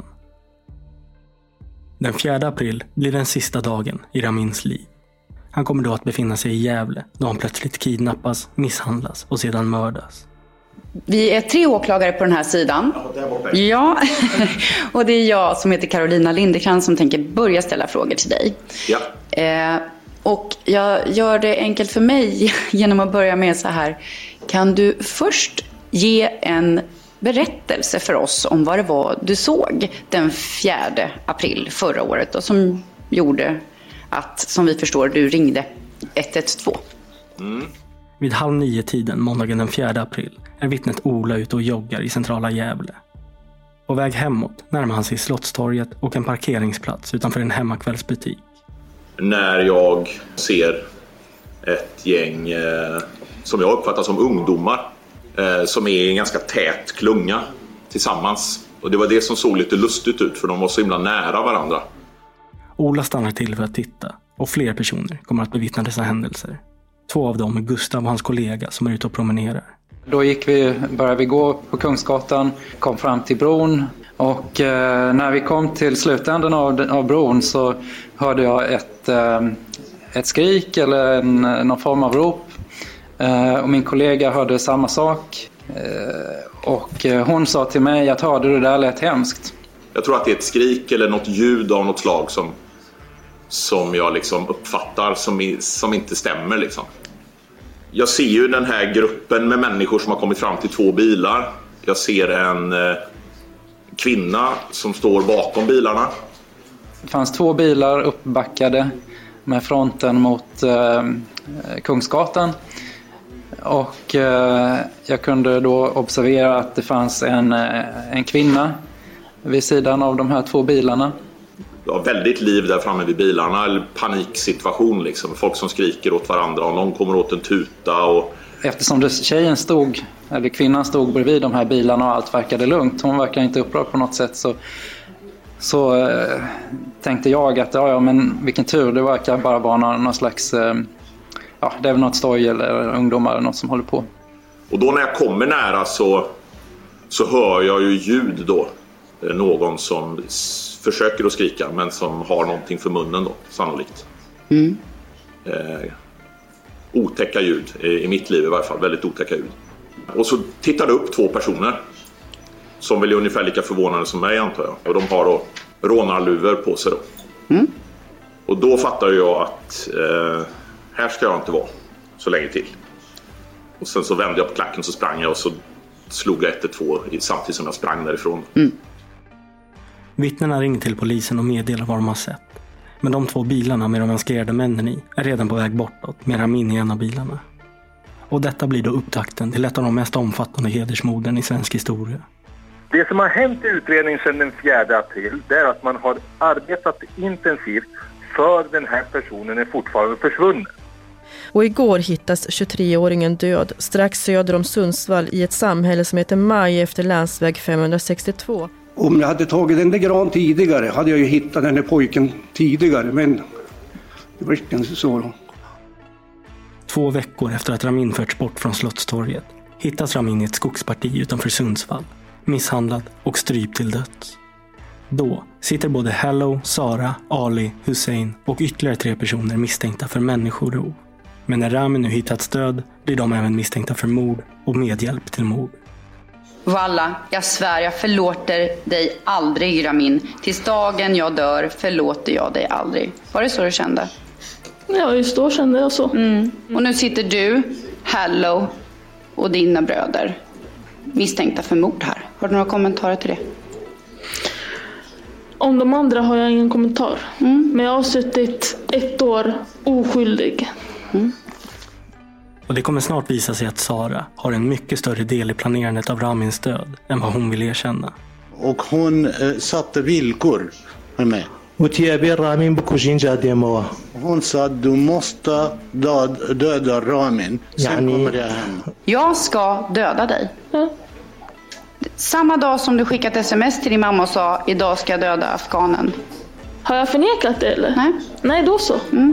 Den fjärde april blir den sista dagen i Ramins liv. Han kommer då att befinna sig i Gävle då han plötsligt kidnappas, misshandlas och sedan mördas. Vi är tre åklagare på den här sidan. Ja, och det är jag som heter Carolina Lindekrans som tänker börja ställa frågor till dig. Ja. Eh, och jag gör det enkelt för mig genom att börja med så här. Kan du först ge en berättelse för oss om vad det var du såg den fjärde april förra året och som gjorde att, som vi förstår, du ringde ett ett två. Mm. Vid halv nio tiden måndagen den fjärde april är vittnet Ola ute och joggar i centrala Gävle. På väg hemåt närmar han sig Slottstorget och en parkeringsplats utanför en hemmakvällsbutik. När jag ser ett gäng eh, som jag uppfattar som ungdomar eh, som är i en ganska tät klunga tillsammans. Och det var det som såg lite lustigt ut för de var så himla nära varandra. Ola stannar till för att titta och fler personer kommer att bevittna dessa händelser. Två av dem är Gustav och hans kollega som är ute och promenerar. Då gick vi, började vi gå på Kungsgatan, kom fram till bron och eh, när vi kom till slutänden av, av bron så hörde jag ett, eh, ett skrik eller en, någon form av rop. Eh, och min kollega hörde samma sak eh, och hon sa till mig att hörde det där lät hemskt. Jag tror att det är ett skrik eller något ljud av något slag som, som jag liksom uppfattar som, som inte stämmer liksom. Jag ser ju den här gruppen med människor som har kommit fram till två bilar. Jag ser en eh, kvinna som står bakom bilarna. Det fanns två bilar uppbackade med fronten mot eh, Kungsgatan. Och eh, jag kunde då observera att det fanns en, en kvinna vid sidan av de här två bilarna. Det var väldigt liv där framme vid bilarna, eller paniksituation liksom. Folk som skriker åt varandra och någon kommer åt en tuta. Och... Eftersom det, tjejen stod, eller kvinnan stod bredvid de här bilarna och allt verkade lugnt, hon verkar inte upprörd på något sätt, så, så eh, tänkte jag att ja, ja, men vilken tur, det verkar bara vara någon, någon slags, eh, ja, det är väl något stoj eller ungdomar eller något som håller på. Och då när jag kommer nära så, så hör jag ju ljud då. Någon som försöker att skrika men som har någonting för munnen då, sannolikt. Mm. Eh, otäcka ljud, i mitt liv i varje fall, väldigt otäcka ljud. Och så tittar det upp två personer som väl är ungefär lika förvånade som mig, antar jag. Och de har då rånarluvor på sig då. Mm. Och då fattar jag att eh, här ska jag inte vara så länge till. Och sen så vände jag på klacken, så sprang jag och så slog jag ett till två samtidigt som jag sprang därifrån. Mm. Vittnena ringer till polisen och meddelar vad de har sett. Men de två bilarna med de maskerade männen i är redan på väg bortåt med Ramin i en av bilarna. Och detta blir då upptakten till ett av de mest omfattande hedersmorden i svensk historia. Det som har hänt i utredningen sedan den fjärde april, det är att man har arbetat intensivt för den här personen är fortfarande försvunnen. Och igår hittas tjugotreåringen död strax söder om Sundsvall i ett samhälle som heter Maj efter länsväg femhundrasextiotvå. Om jag hade tagit den där gran tidigare hade jag ju hittat den där pojken tidigare, men det var inte så då. Två veckor efter att Ramin förts bort från Slottstorget hittas Ramin i ett skogsparti utanför Sundsvall, misshandlad och strypt till döds. Då sitter både Hello, Sara, Ali, Hussein och ytterligare tre personer misstänkta för människorov. Men när Ramin nu hittats död blir de även misstänkta för mord och medhjälp till mord. Valla, jag svär, jag förlåter dig aldrig, Ramin. Tills dagen jag dör förlåter jag dig aldrig. Var det så du kände? Ja, just då kände jag så. Mm. Och nu sitter du, Hello och dina bröder misstänkta för mord här. Har du några kommentarer till det? Om de andra har jag ingen kommentar. Mm. Men jag har suttit ett år oskyldig. Mm. Och det kommer snart visa sig att Sara har en mycket större del i planerandet av Ramins död än vad hon vill erkänna. Och hon eh, satte villkor med mig. Hon sa att du måste död, döda Ramin. Sen kommer jag hem. Jag ska döda dig. Mm. Samma dag som du skickat sms till din mamma och sa idag ska jag döda afghanen. Har jag förnekat det eller? Nej. Nej, då så. Mm.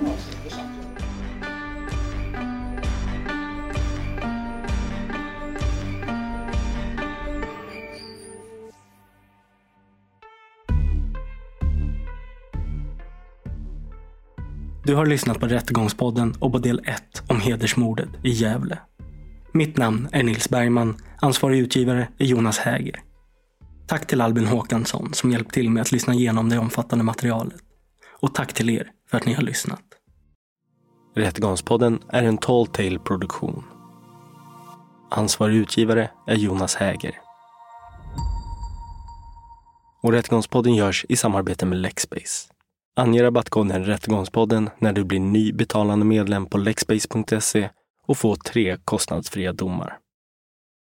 Du har lyssnat på Rättegångspodden och på del ett om hedersmordet i Gävle. Mitt namn är Nils Bergman, ansvarig utgivare är Jonas Häger. Tack till Albin Håkansson som hjälpt till med att lyssna igenom det omfattande materialet. Och tack till er för att ni har lyssnat. Rättegångspodden är en Tall Tale-produktion. Ansvarig utgivare är Jonas Häger. Och Rättegångspodden görs i samarbete med Lexbase. Ange rabattkoden Rättegångspodden när du blir ny betalande medlem på lexbase punkt se och få tre kostnadsfria domar.